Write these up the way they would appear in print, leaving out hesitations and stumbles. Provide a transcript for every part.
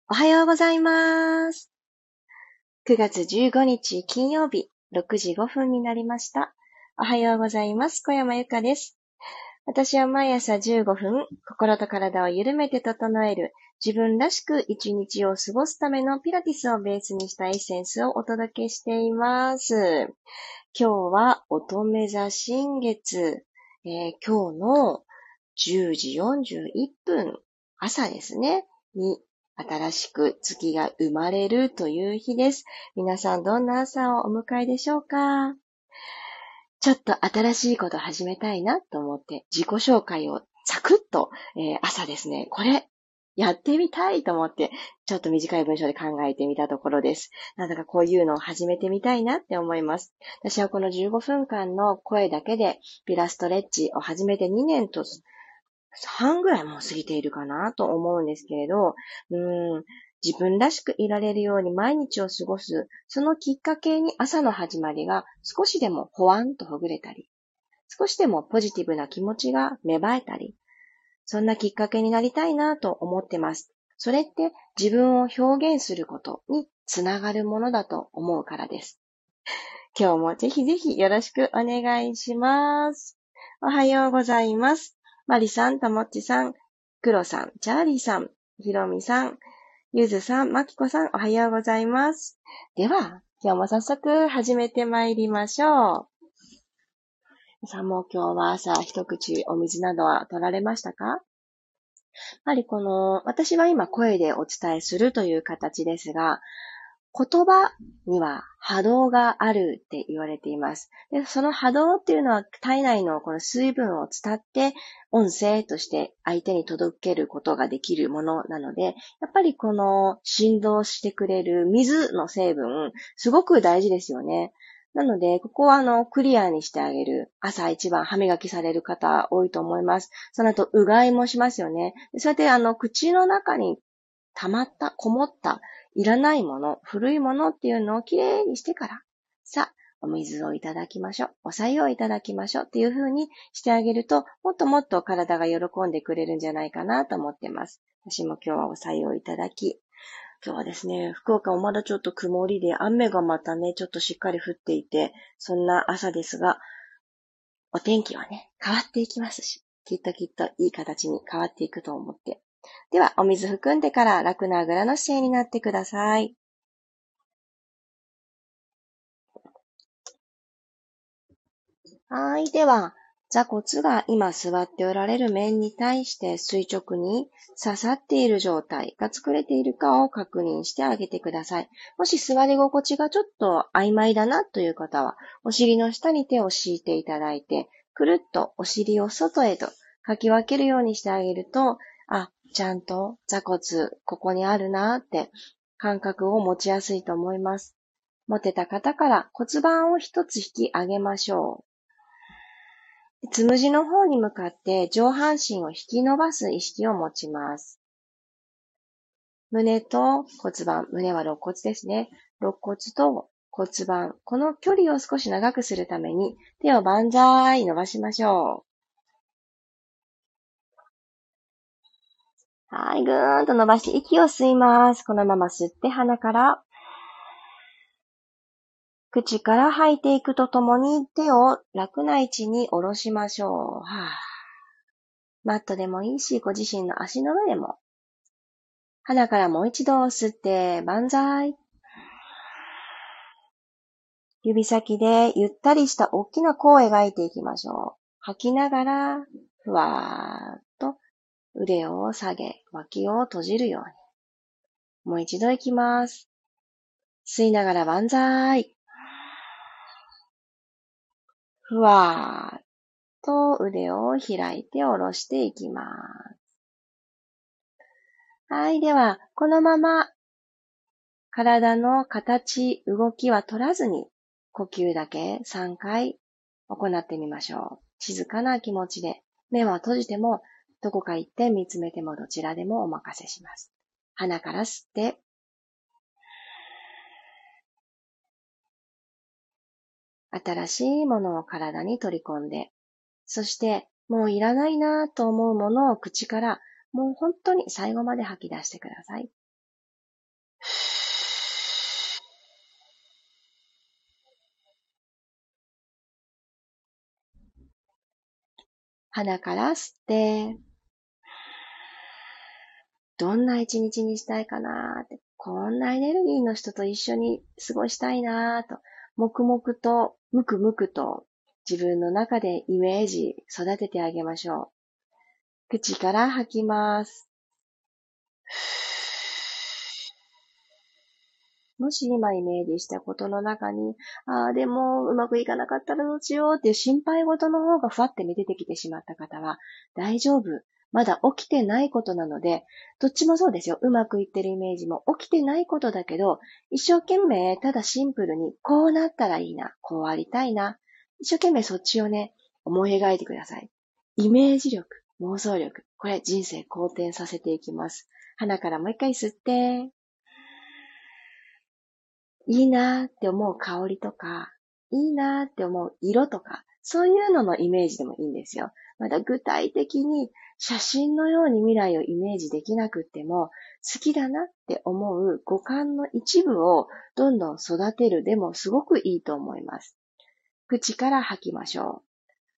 おはようございます。9月15日金曜日6時5分になりました。おはようございます。小山由かです。私は毎朝15分、心と体を緩めて整える自分らしく一日を過ごすためのピラティスをベースにしたエッセンスをお届けしています。今日は乙女座新月、今日の10時41分、朝ですね、に新しく月が生まれるという日です。皆さんどんな朝をお迎えでしょうか？ちょっと新しいこと始めたいなと思って自己紹介をサクッと、朝ですね、これやってみたいと思って、ちょっと短い文章で考えてみたところです。なんだかこういうのを始めてみたいなって思います。私はこの15分間の声だけでピラストレッチを始めて2年と半ぐらいもう過ぎているかなと思うんですけれど、自分らしくいられるように毎日を過ごす、そのきっかけに朝の始まりが少しでもほわんとほぐれたり、少しでもポジティブな気持ちが芽生えたり、そんなきっかけになりたいなと思ってます。それって自分を表現することにつながるものだと思うからです。今日もぜひぜひよろしくお願いします。おはようございます。マリさん、ともっちさん、クロさん、チャーリーさん、ひろみさん、ゆずさん、まきこさん、おはようございます。では、今日も早速始めてまいりましょう。皆さんも今日は朝一口お水などは取られましたか？やはり私は今声でお伝えするという形ですが、言葉には波動があるって言われています。で、その波動っていうのは体内のこの水分を伝って音声として相手に届けることができるものなので、やっぱりこの振動してくれる水の成分、すごく大事ですよね。なので、ここはクリアにしてあげる。朝一番歯磨きされる方多いと思います。その後、うがいもしますよね。そうやって口の中に溜まった、こもったいらないもの、古いものっていうのをきれいにしてから、さあ、お水をいただきましょう。お茶湯をいただきましょうっていう風にしてあげると、もっともっと体が喜んでくれるんじゃないかなと思ってます。私も今日はお茶湯をいただき、今日はですね、福岡もまだちょっと曇りで、雨がまたね、ちょっとしっかり降っていて、そんな朝ですが、お天気はね、変わっていきますし、きっといい形に変わっていくと思って。では、お水含んでから楽なあぐらの姿勢になってください。はい。では、座骨が今座っておられる面に対して垂直に刺さっている状態が作れているかを確認してあげてください。もし座り心地がちょっと曖昧だなという方は、お尻の下に手を敷いていただいて、くるっとお尻を外へとかき分けるようにしてあげると、ちゃんと座骨、ここにあるなって感覚を持ちやすいと思います。持てた方から骨盤を一つ引き上げましょう。つむじの方に向かって上半身を引き伸ばす意識を持ちます。胸と骨盤、胸は肋骨ですね。肋骨と骨盤、この距離を少し長くするために手を万歳伸ばしましょう。はい、ぐーんと伸ばして息を吸います。このまま吸って鼻から、口から吐いていくとともに手を楽な位置に下ろしましょう。マットでもいいし、ご自身の足の上でも。鼻からもう一度吸って、万歳。指先でゆったりした大きな弧を描いていきましょう。吐きながら、ふわーっと腕を下げ、脇を閉じるように。もう一度いきます。吸いながら万歳。ふわーっと腕を開いて下ろしていきます。はい、では、このまま体の形、動きは取らずに、呼吸だけ3回行ってみましょう。静かな気持ちで、目は閉じても、どこか行って見つめてもどちらでもお任せします。鼻から吸って、新しいものを体に取り込んで、そしてもういらないなと思うものを口からもう本当に最後まで吐き出してください。 鼻から吸って、どんな一日にしたいかなって、こんなエネルギーの人と一緒に過ごしたいなと、黙々と、むくむくと、自分の中でイメージ育ててあげましょう。口から吐きます。もし今イメージしたことの中に、でもうまくいかなかったらどうしようっていう心配事の方がふわって出てきてしまった方は、大丈夫。まだ起きてないことなので、どっちもそうですよ。うまくいってるイメージも起きてないことだけど、一生懸命ただシンプルにこうなったらいいな、こうありたいな。一生懸命そっちをね、思い描いてください。イメージ力、妄想力、これ人生好転させていきます。鼻からもう一回吸って、いいなーって思う香りとか、いいなーって思う色とか、そういうののイメージでもいいんですよ。また具体的に写真のように未来をイメージできなくっても、好きだなって思う五感の一部をどんどん育てるでもすごくいいと思います。口から吐きましょう。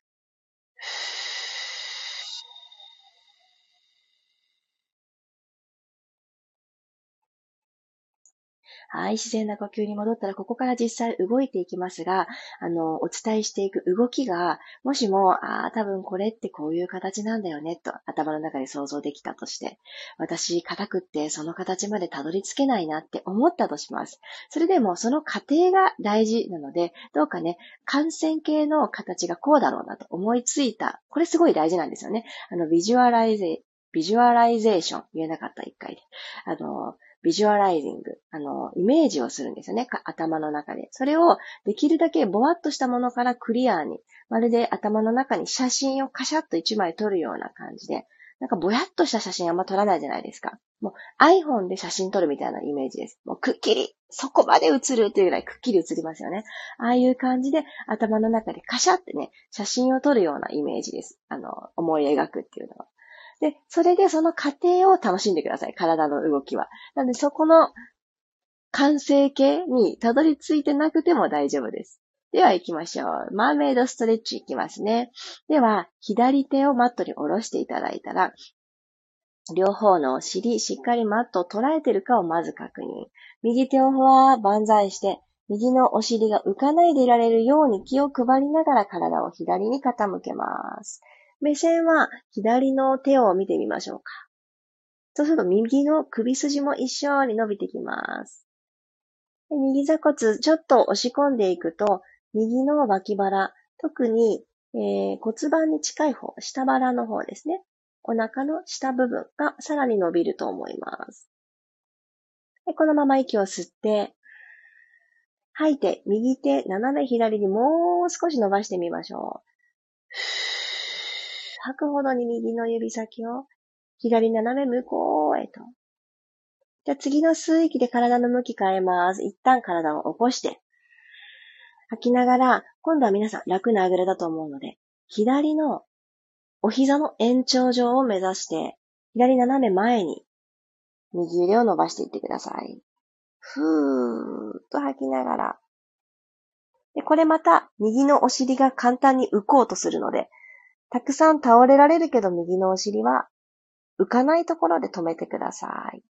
はい、自然な呼吸に戻ったら、ここから実際動いていきますが、お伝えしていく動きが、もしも、多分これってこういう形なんだよね、と頭の中で想像できたとして、私、硬くってその形までたどり着けないなって思ったとします。それでも、その過程が大事なので、どうかね、感染系の形がこうだろうなと思いついた。これすごい大事なんですよね。ビジュアライゼーション、言えなかった、一回で。ビジュアライジング、イメージをするんですよね。頭の中で。それをできるだけぼわっとしたものからクリアに、まるで頭の中に写真をカシャッと一枚撮るような感じで、なんかぼやっとした写真あんま撮らないじゃないですか。もう iPhone で写真撮るみたいなイメージです。もうくっきり、そこまで映るっていうぐらいくっきり映りますよね。ああいう感じで頭の中でカシャってね、写真を撮るようなイメージです。思い描くっていうのは。で、それでその過程を楽しんでください。体の動きは。なので、そこの完成形にたどり着いてなくても大丈夫です。では行きましょう。マーメイドストレッチ行きますね。では、左手をマットに下ろしていただいたら、両方のお尻、しっかりマットを捉えているかをまず確認。右手をふわー万歳して、右のお尻が浮かないでいられるように気を配りながら体を左に傾けます。目線は左の手を見てみましょうか。そうすると右の首筋も一緒に伸びてきます。右座骨ちょっと押し込んでいくと、右の脇腹、特に、骨盤に近い方、下腹の方ですね。お腹の下部分がさらに伸びると思います。でこのまま息を吸って、吐いて、右手、斜め左にもう少し伸ばしてみましょう。吐くほどに右の指先を左斜め向こうへと。じゃあ次の吸う息で体の向き変えます。一旦体を起こして。吐きながら、今度は皆さん楽なあぐらだと思うので、左のお膝の延長上を目指して、左斜め前に右腕を伸ばしていってください。ふーっと吐きながら。で、これまた右のお尻が簡単に浮こうとするので、たくさん倒れられるけど右のお尻は浮かないところで止めてください。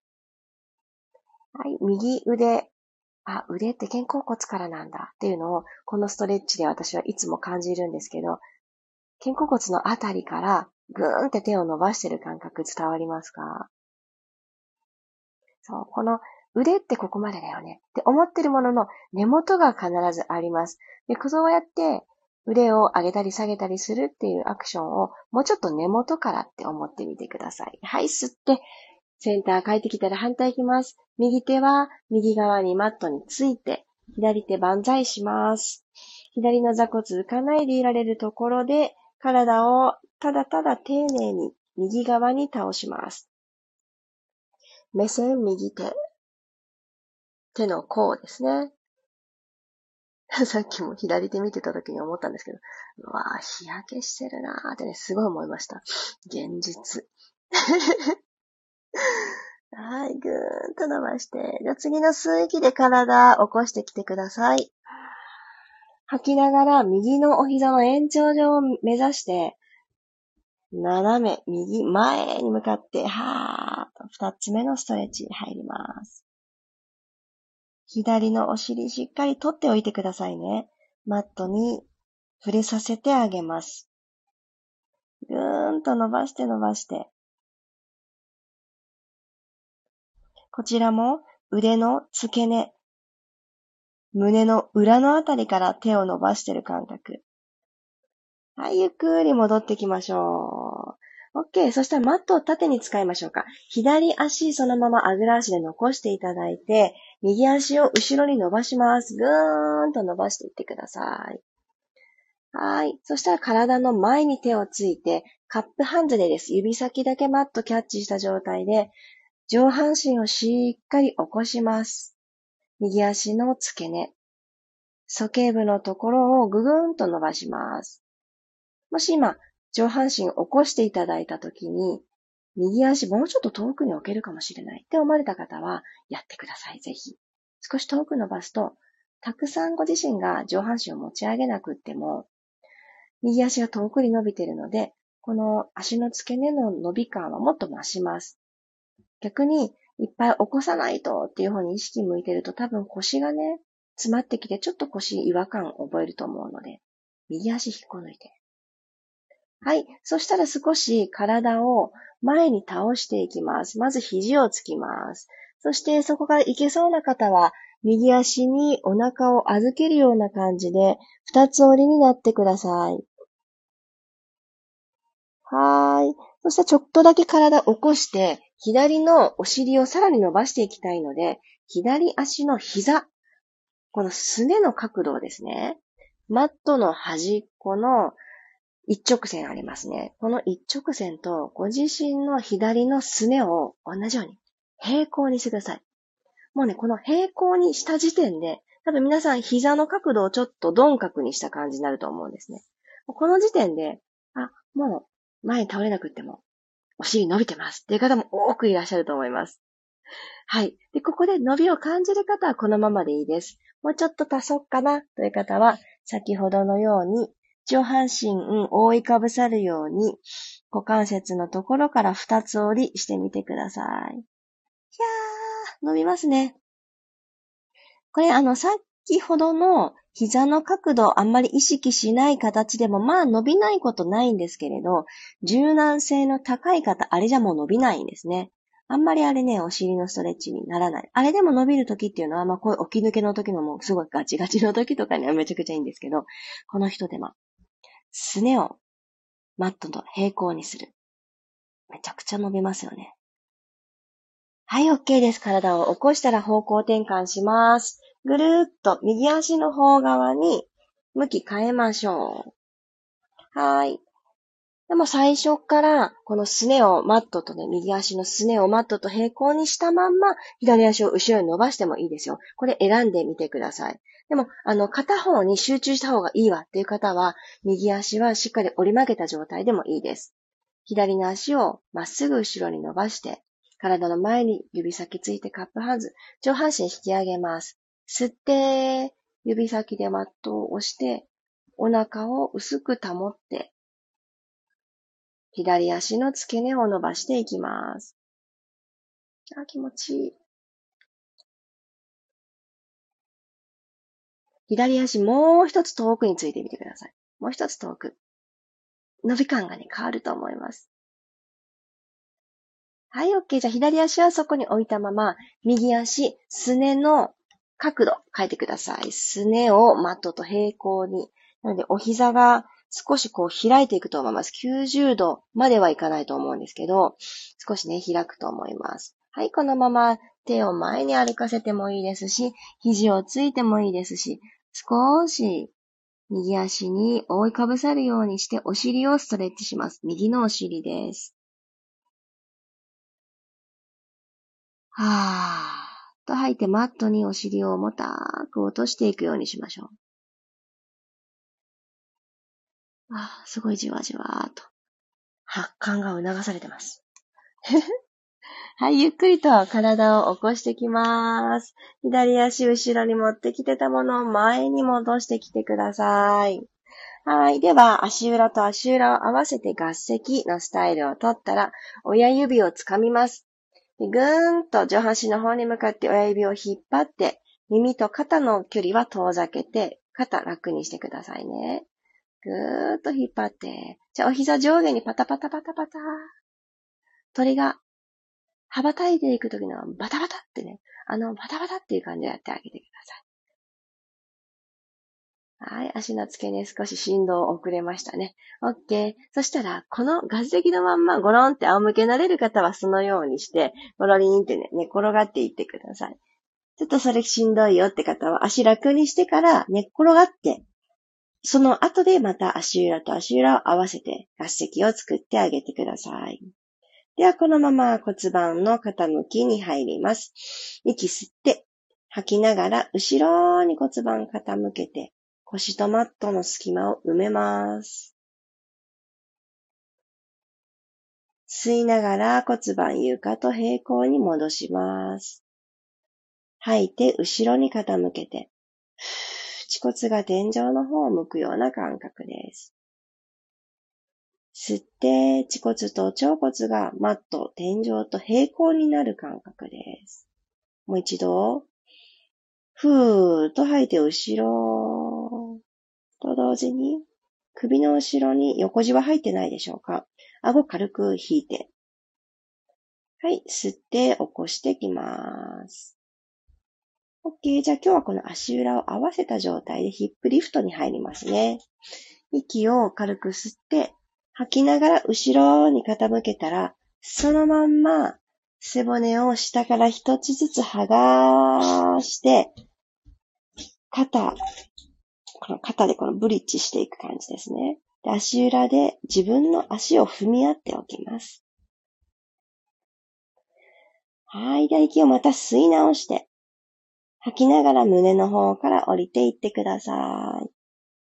はい、右腕。腕って肩甲骨からなんだっていうのを、このストレッチで私はいつも感じるんですけど、肩甲骨のあたりからぐーんって手を伸ばしてる感覚伝わりますか？そう、この腕ってここまでだよねって思ってるものの根元が必ずあります。で、そうやって腕を上げたり下げたりするっていうアクションをもうちょっと根元からって思ってみてください。はい、吸って、センター帰ってきたら反対行きます。右手は右側にマットについて、左手万歳します。左の座骨浮かないでいられるところで、体をただただ丁寧に右側に倒します。目線右手。手の甲ですね。さっきも左手見てた時に思ったんですけど、うわぁ、日焼けしてるなーってね、すごい思いました。現実。はい、ぐーんと伸ばして。じゃあ次の吸う息で体起こしてきてください。吐きながら右のお膝の延長上を目指して、 斜め、右、前に向かって、はーっと、二つ目のストレッチに入ります。左のお尻しっかり取っておいてくださいね。マットに触れさせてあげます。ぐーんと伸ばして伸ばして。こちらも腕の付け根、胸の裏のあたりから手を伸ばしている感覚。はい、ゆっくり戻ってきましょう。OK。そしたらマットを縦に使いましょうか。左足そのままあぐら足で残していただいて、右足を後ろに伸ばします。ぐーんと伸ばしていってください。はい。そしたら体の前に手をついて、カップハンズでです。指先だけマットキャッチした状態で、上半身をしっかり起こします。右足の付け根、鼠径部のところをぐぐーんと伸ばします。もし今、上半身を起こしていただいたときに、右足もうちょっと遠くに置けるかもしれないって思われた方は、やってください、ぜひ。少し遠く伸ばすと、たくさんご自身が上半身を持ち上げなくっても、右足が遠くに伸びているので、この足の付け根の伸び感はもっと増します。逆に、いっぱい起こさないとっていう方に意識向いてると多分腰がね、詰まってきてちょっと腰違和感を覚えると思うので、右足引っこ抜いて。はい。そしたら少し体を前に倒していきます。まず肘をつきます。そしてそこからいけそうな方は、右足にお腹を預けるような感じで、二つ折りになってください。はーい。そしてちょっとだけ体を起こして、左のお尻をさらに伸ばしていきたいので、左足の膝、このすねの角度をですね、マットの端っこの一直線ありますね。この一直線とご自身の左のすねを同じように平行にしてください。もうね、この平行にした時点で、多分皆さん膝の角度をちょっと鈍角にした感じになると思うんですね。この時点で、もう前に倒れなくってもお尻伸びてますっていう方も多くいらっしゃると思います。はい。で、ここで伸びを感じる方はこのままでいいです。もうちょっと足そうかなという方は、先ほどのように上半身覆いかぶさるように股関節のところから二つ折りしてみてください。いやー、伸びますね。これさっきほどの膝の角度をあんまり意識しない形でもまあ伸びないことないんですけれど、柔軟性の高い方、あれじゃもう伸びないんですね。あんまりあれね、お尻のストレッチにならない。あれでも伸びる時っていうのは、まあこういう起き抜けの時のもうすごいガチガチの時とかにはめちゃくちゃいいんですけど、この一手間。すねをマットと平行にする。めちゃくちゃ伸びますよね。はい、OK です。体を起こしたら方向転換します。ぐるーっと右足の方側に向き変えましょう。はい。でも最初からこのすねをマットとね、右足のすねをマットと平行にしたまんま左足を後ろに伸ばしてもいいですよ。これ選んでみてください。でも、片方に集中した方がいいわっていう方は、右足はしっかり折り曲げた状態でもいいです。左の足をまっすぐ後ろに伸ばして、体の前に指先ついてカップハンズ、上半身引き上げます。吸って、指先でマットを押して、お腹を薄く保って、左足の付け根を伸ばしていきます。気持ちいい。左足もう一つ遠くについてみてください。もう一つ遠く。伸び感がね、変わると思います。はい、OK。じゃあ左足はそこに置いたまま、右足、すねの角度変えてください。すねをマットと平行に。なので、お膝が少しこう開いていくと思います。90度まではいかないと思うんですけど、少しね、開くと思います。はい、このまま手を前に歩かせてもいいですし、肘をついてもいいですし、少し右足に覆いかぶさるようにしてお尻をストレッチします。右のお尻です。はーっと吐いてマットにお尻を重たく落としていくようにしましょう。すごいじわじわーっと発汗が促されてます。はい、ゆっくりと体を起こしてきます。左足後ろに持ってきてたものを前に戻してきてください。 はい。では、足裏と足裏を合わせて合石のスタイルをとったら、親指をつかみます。でぐーんと上半身の方に向かって親指を引っ張って、耳と肩の距離は遠ざけて、肩楽にしてくださいね。ぐーっと引っ張って。じゃあ、お膝上下にパタパタパタパタ。鳥が羽ばたいていくときのバタバタってね、バタバタっていう感じでやってあげてください。はい、足の付け根少し振動遅れましたね。OK。そしたら、この合石のまんまゴロンって仰向けになれる方はそのようにして、ゴロリンってね、寝転がっていってください。ちょっとそれしんどいよって方は足楽にしてから寝っ転がって、その後でまた足裏と足裏を合わせて合石を作ってあげてください。ではこのまま骨盤の傾きに入ります。息吸って吐きながら後ろに骨盤傾けて腰とマットの隙間を埋めます。吸いながら骨盤床と平行に戻します。吐いて後ろに傾けて恥骨が天井の方を向くような感覚です。吸って、恥骨と腸骨がマット、天井と平行になる感覚です。もう一度、ふーっと吐いて後ろと同時に、首の後ろに横じわ入ってないでしょうか。顎軽く引いて。はい、吸って起こしてきます。OK、じゃあ今日はこの足裏を合わせた状態でヒップリフトに入りますね。息を軽く吸って、吐きながら後ろに傾けたら、そのまんま背骨を下から一つずつ剥がして、この肩でこのブリッジしていく感じですね。で、足裏で自分の足を踏み合っておきます。はい。で、息をまた吸い直して、吐きながら胸の方から降りていってください。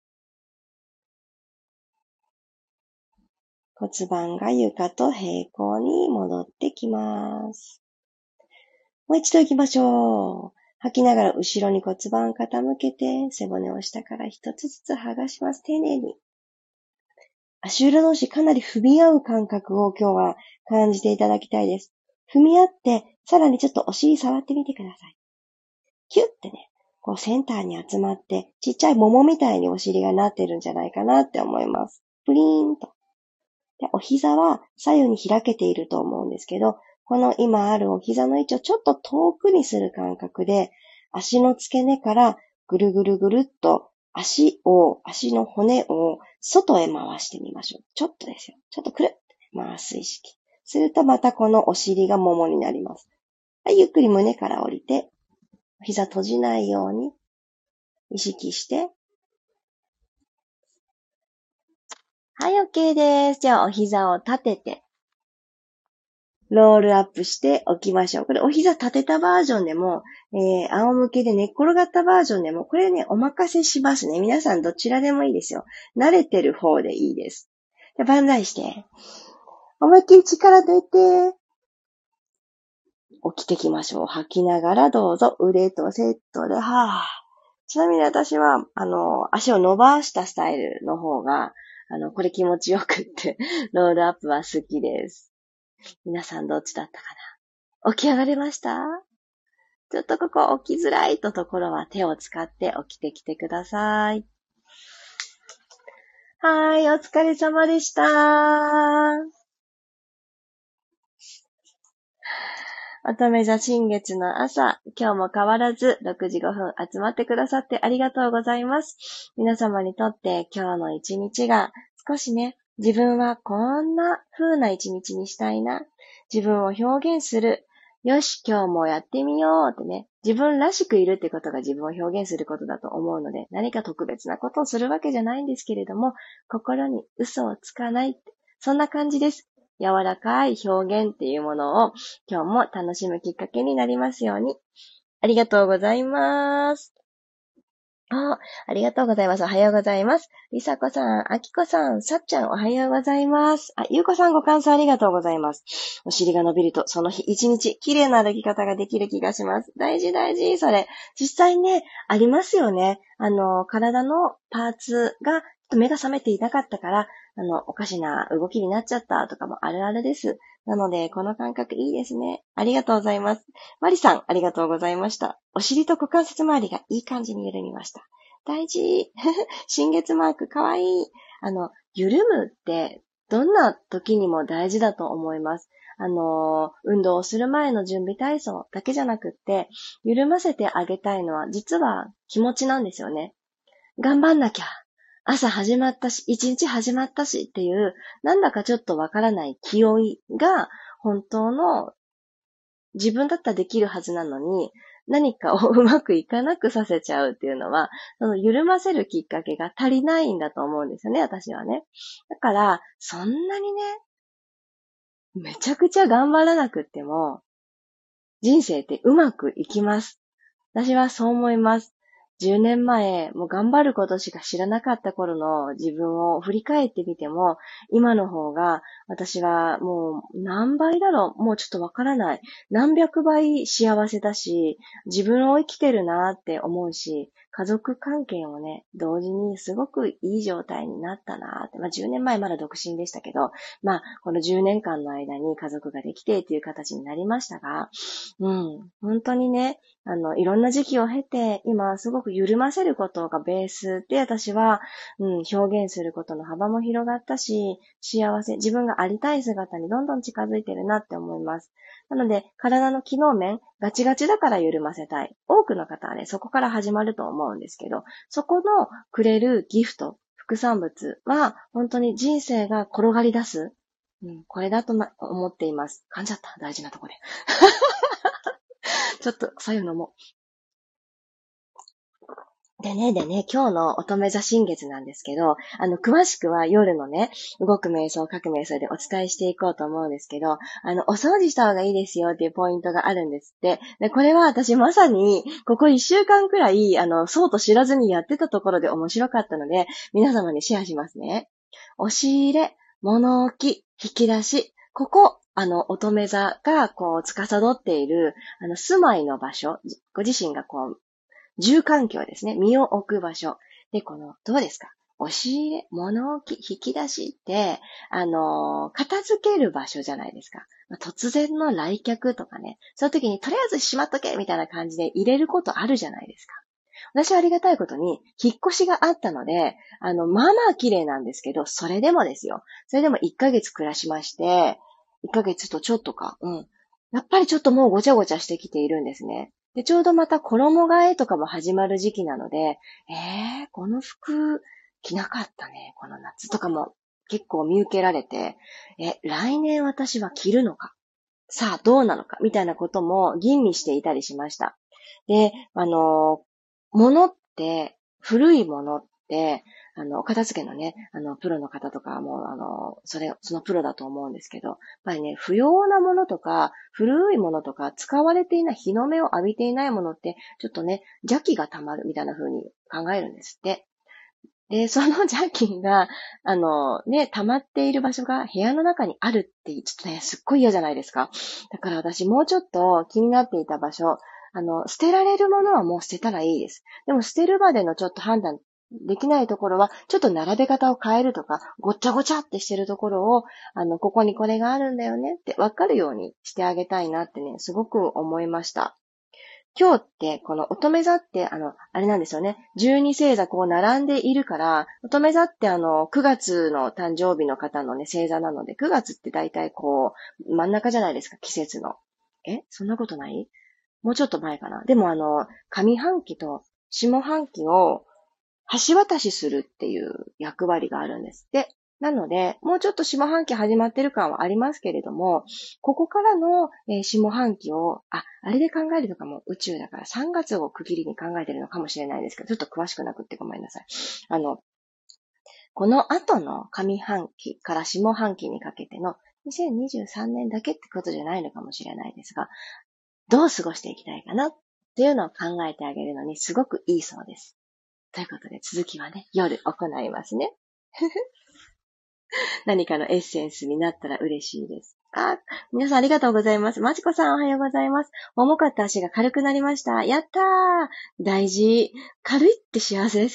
骨盤が床と平行に戻ってきます。もう一度行きましょう。吐きながら後ろに骨盤傾けて、背骨を下から一つずつ剥がします。丁寧に。足裏同士かなり踏み合う感覚を今日は感じていただきたいです。踏み合って、さらにちょっとお尻触ってみてください。キュッてね、こうセンターに集まって、ちっちゃい桃みたいにお尻がなってるんじゃないかなって思います。プリーンと。で、お膝は左右に開けていると思うんですけど、この今あるお膝の位置をちょっと遠くにする感覚で、足の付け根からぐるぐるぐるっと足の骨を外へ回してみましょう。ちょっとですよ。ちょっとくるって回す意識。するとまたこのお尻がももになります。はい、ゆっくり胸から降りて、膝閉じないように意識して、はい、OK です。じゃあお膝を立てて、ロールアップしておきましょう。これお膝立てたバージョンでも、仰向けで寝っ転がったバージョンでも、これね、お任せしますね。皆さんどちらでもいいですよ。慣れてる方でいいです。で、万歳して。思いっきり力抜いて、起きてきましょう。吐きながらどうぞ腕とセットで、ちなみに私は、足を伸ばしたスタイルの方が、これ気持ちよくって、ロールアップは好きです。皆さんどっちだったかな？起き上がれました？ちょっとここ起きづらいところは手を使って起きてきてください。はい、お疲れ様でした。乙女座新月の朝、今日も変わらず6時5分集まってくださってありがとうございます。皆様にとって今日の一日が少しね、自分はこんな風な一日にしたいな。自分を表現する。よし、今日もやってみようってね。自分らしくいるってことが自分を表現することだと思うので、何か特別なことをするわけじゃないんですけれども、心に嘘をつかない。そんな感じです。柔らかい表現っていうものを今日も楽しむきっかけになりますように。ありがとうございます。ありがとうございます。おはようございます。りさこさん、あきこさん、さっちゃん、おはようございます。ゆうこさんご感想ありがとうございます。お尻が伸びると、その日一日、綺麗な歩き方ができる気がします。大事大事、それ。実際ね、ありますよね。体のパーツがと目が覚めていなかったから、おかしな動きになっちゃったとかもあるあるです。なので、この感覚いいですね。ありがとうございます。マリさん、ありがとうございました。お尻と股関節周りがいい感じに緩みました。大事。新月マーク、かわいい。緩むって、どんな時にも大事だと思います。運動をする前の準備体操だけじゃなくって、緩ませてあげたいのは、実は気持ちなんですよね。頑張んなきゃ。朝始まったし、一日始まったしっていう、なんだかちょっとわからない気負いが、本当の自分だったらできるはずなのに、何かをうまくいかなくさせちゃうっていうのは、その緩ませるきっかけが足りないんだと思うんですよね、私はね。だから、そんなにね、めちゃくちゃ頑張らなくっても、人生ってうまくいきます。私はそう思います。10年前、もう頑張ることしか知らなかった頃の自分を振り返ってみても、今の方が私はもう何倍だろう、もうちょっとわからない。何百倍幸せだし、自分を生きてるなって思うし、家族関係もね、同時にすごくいい状態になったなって。10年前まだ独身でしたけど、この10年間の間に家族ができてっていう形になりましたが、本当にね、いろんな時期を経て、今すごく緩ませることがベースで私は、表現することの幅も広がったし、幸せ、自分がありたい姿にどんどん近づいてるなって思います。なので、体の機能面、ガチガチだから緩ませたい。多くの方はね、そこから始まると思うんですけど、そこのくれるギフト、副産物は、本当に人生が転がり出す。これだと思っています。噛んじゃった。大事なとこで。ちょっと、そういうのも。でね、今日の乙女座新月なんですけど、詳しくは夜のね、動く瞑想、書く瞑想でお伝えしていこうと思うんですけど、お掃除した方がいいですよっていうポイントがあるんですって。で、これは私まさに、ここ1週間くらい、そうと知らずにやってたところで面白かったので、皆様にシェアしますね。押し入れ、物置、引き出し、ここ、乙女座が、司っている、住まいの場所、ご自身が住環境ですね。身を置く場所。で、どうですか？押し入れ、物置、引き出しって、片付ける場所じゃないですか。突然の来客とかね、そういう時にとりあえずしまっとけみたいな感じで入れることあるじゃないですか。私はありがたいことに、引っ越しがあったので、綺麗なんですけど、それでもですよ。それでも1ヶ月暮らしまして、1ヶ月とちょっとか、やっぱりちょっともうごちゃごちゃしてきているんですね。で、ちょうどまた衣替えとかも始まる時期なので、この服着なかったね、この夏とかも結構見受けられて、来年私は着るのか、さあどうなのか、みたいなことも吟味していたりしました。で、物って、古いものって、お片付けのね、プロの方とかも、そのプロだと思うんですけど、やっぱりね、不要なものとか、古いものとか、使われていない、日の目を浴びていないものって、ちょっとね、邪気が溜まるみたいな風に考えるんですって。で、その邪気が、溜まっている場所が部屋の中にあるって、ちょっとね、すっごい嫌じゃないですか。だから私もうちょっと気になっていた場所、捨てられるものはもう捨てたらいいです。でも捨てるまでのちょっと判断できないところは、ちょっと並べ方を変えるとか、ごっちゃごちゃってしてるところを、ここにこれがあるんだよねって分かるようにしてあげたいなってね、すごく思いました。今日って、この乙女座って、あれなんですよね。12星座並んでいるから、乙女座って9月の誕生日の方のね、星座なので、9月って大体真ん中じゃないですか、季節の。そんなことない？もうちょっと前かな。でも上半期と下半期を橋渡しするっていう役割があるんですって。なので、もうちょっと下半期始まってる感はありますけれども、ここからの下半期を、あれで考えるとかも宇宙だから3月を区切りに考えてるのかもしれないですけど、ちょっと詳しくなくってごめんなさい。この後の上半期から下半期にかけての2023年だけってことじゃないのかもしれないですが、どう過ごしていきたいかなっていうのを考えてあげるのにすごくいいそうです。ということで続きはね、夜行いますね。何かのエッセンスになったら嬉しいです。皆さんありがとうございます。まちこさんおはようございます。重かった足が軽くなりました。やったー！大事。軽いって幸せですよね。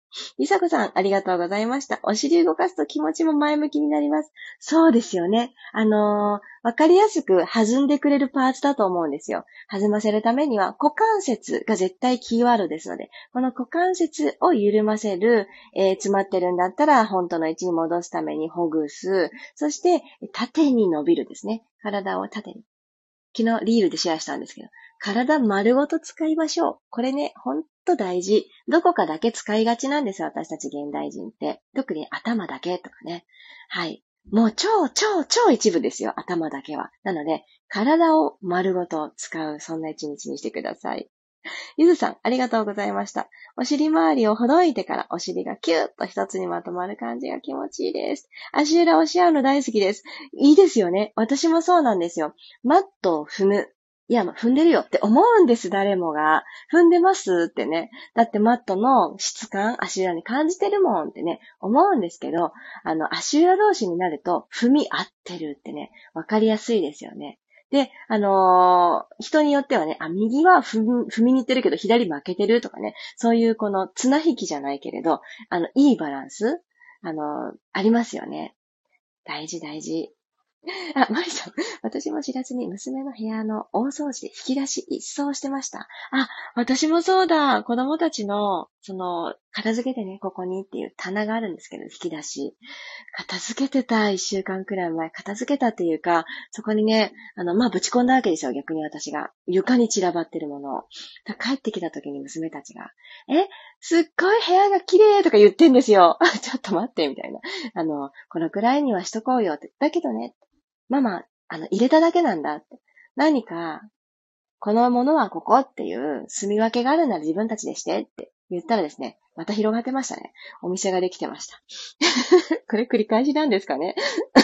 りさこさん、ありがとうございました。お尻動かすと気持ちも前向きになります。そうですよね。わかりやすく弾んでくれるパーツだと思うんですよ。弾ませるためには股関節が絶対キーワードですので、この股関節を緩ませる、詰まってるんだったら本当の位置に戻すためにほぐす。そして、縦に伸びるですね。体を縦に。昨日リールでシェアしたんですけど、体丸ごと使いましょう。これね、ほんと大事。どこかだけ使いがちなんですよ、私たち現代人って。特に頭だけとかね。はい。もう超一部ですよ、頭だけは。なので、体を丸ごと使う、そんな一日にしてください。ゆずさん、ありがとうございました。お尻周りをほどいてからお尻がキューッと一つにまとまる感じが気持ちいいです。足裏をし合うの大好きです。いいですよね。私もそうなんですよ。マットを踏む。いや、踏んでるよって思うんです、誰もが。踏んでますってね。だってマットの質感、足裏に感じてるもんってね、思うんですけど、足裏同士になると踏み合ってるってね、わかりやすいですよね。で、人によってはね、右は踏みに行ってるけど左負けてるとかね、そういうこの綱引きじゃないけれど、いいバランス、ありますよね。大事大事。あ、マリさん、私も知らずに娘の部屋の大掃除で引き出し一掃してました。あ、私もそうだ。子供たちの、片付けてね、ここにっていう棚があるんですけど、引き出し。片付けてた、一週間くらい前。片付けたっていうか、そこにね、ぶち込んだわけですよ、逆に私が。床に散らばってるものを。帰ってきた時に娘たちが、すっごい部屋が綺麗とか言ってんですよ。ちょっと待って、みたいな。このくらいにはしとこうよって。だけどね、ママ、入れただけなんだって。何か、このものはここっていう住み分けがあるなら自分たちでしてって言ったらですね、また広がってましたね。お店ができてました。これ繰り返しなんですかね。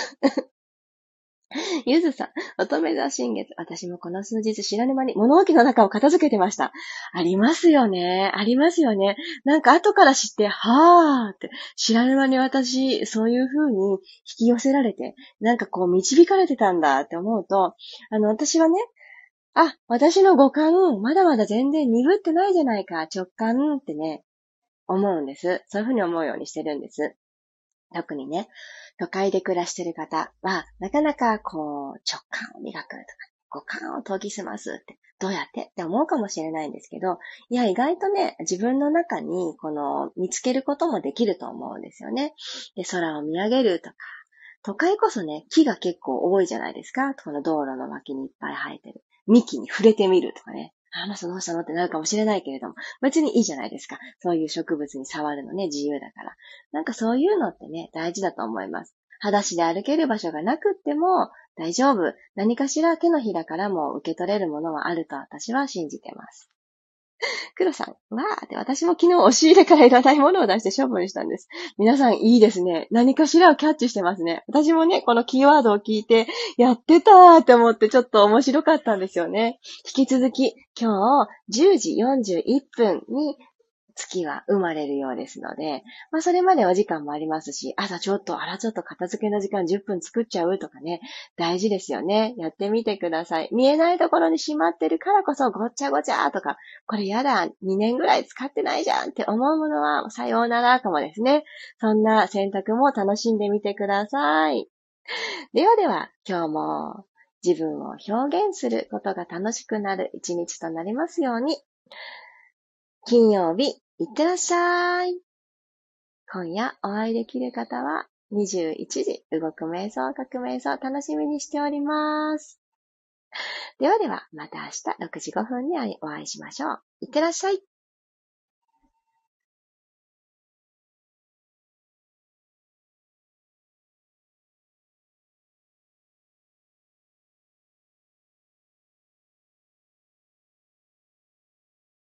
ゆずさん、乙女座新月。私もこの数日知らぬ間に物置の中を片付けてました。ありますよね。ありますよね。なんか後から知って、はーって、知らぬ間に私、そういう風に引き寄せられて、なんかこう導かれてたんだって思うと、私はね、私の五感、まだまだ全然鈍ってないじゃないか、直感ってね、思うんです。そういう風に思うようにしてるんです。特にね、都会で暮らしてる方は、なかなかこう、直感を磨くとか、五感を研ぎ澄ますって、どうやってって思うかもしれないんですけど、いや、意外とね、自分の中に、見つけることもできると思うんですよね。で、空を見上げるとか、都会こそね、木が結構多いじゃないですか。この道路の脇にいっぱい生えてる。幹に触れてみるとかね。どうしたのってなるかもしれないけれども、別にいいじゃないですか。そういう植物に触るのね、自由だから。なんかそういうのってね、大事だと思います。裸足で歩ける場所がなくっても大丈夫。何かしら手のひらからも受け取れるものはあると私は信じてます。黒さん、わーって私も昨日押し入れからいらないものを出して処分したんです。皆さんいいですね。何かしらをキャッチしてますね。私もね、このキーワードを聞いて、やってたーって思ってちょっと面白かったんですよね。引き続き、今日10時41分に月は生まれるようですので、それまでお時間もありますし、ちょっと片付けの時間10分作っちゃうとかね、大事ですよね。やってみてください。見えないところにしまってるからこそごっちゃごちゃとか、これやだ、2年ぐらい使ってないじゃんって思うものはさようならかもですね。そんな選択も楽しんでみてください。ではでは、今日も自分を表現することが楽しくなる一日となりますように。金曜日、いってらっしゃい。今夜お会いできる方は21時、動く瞑想、書く瞑想、楽しみにしております。ではでは、また明日6時5分にお会いしましょう。いってらっしゃい。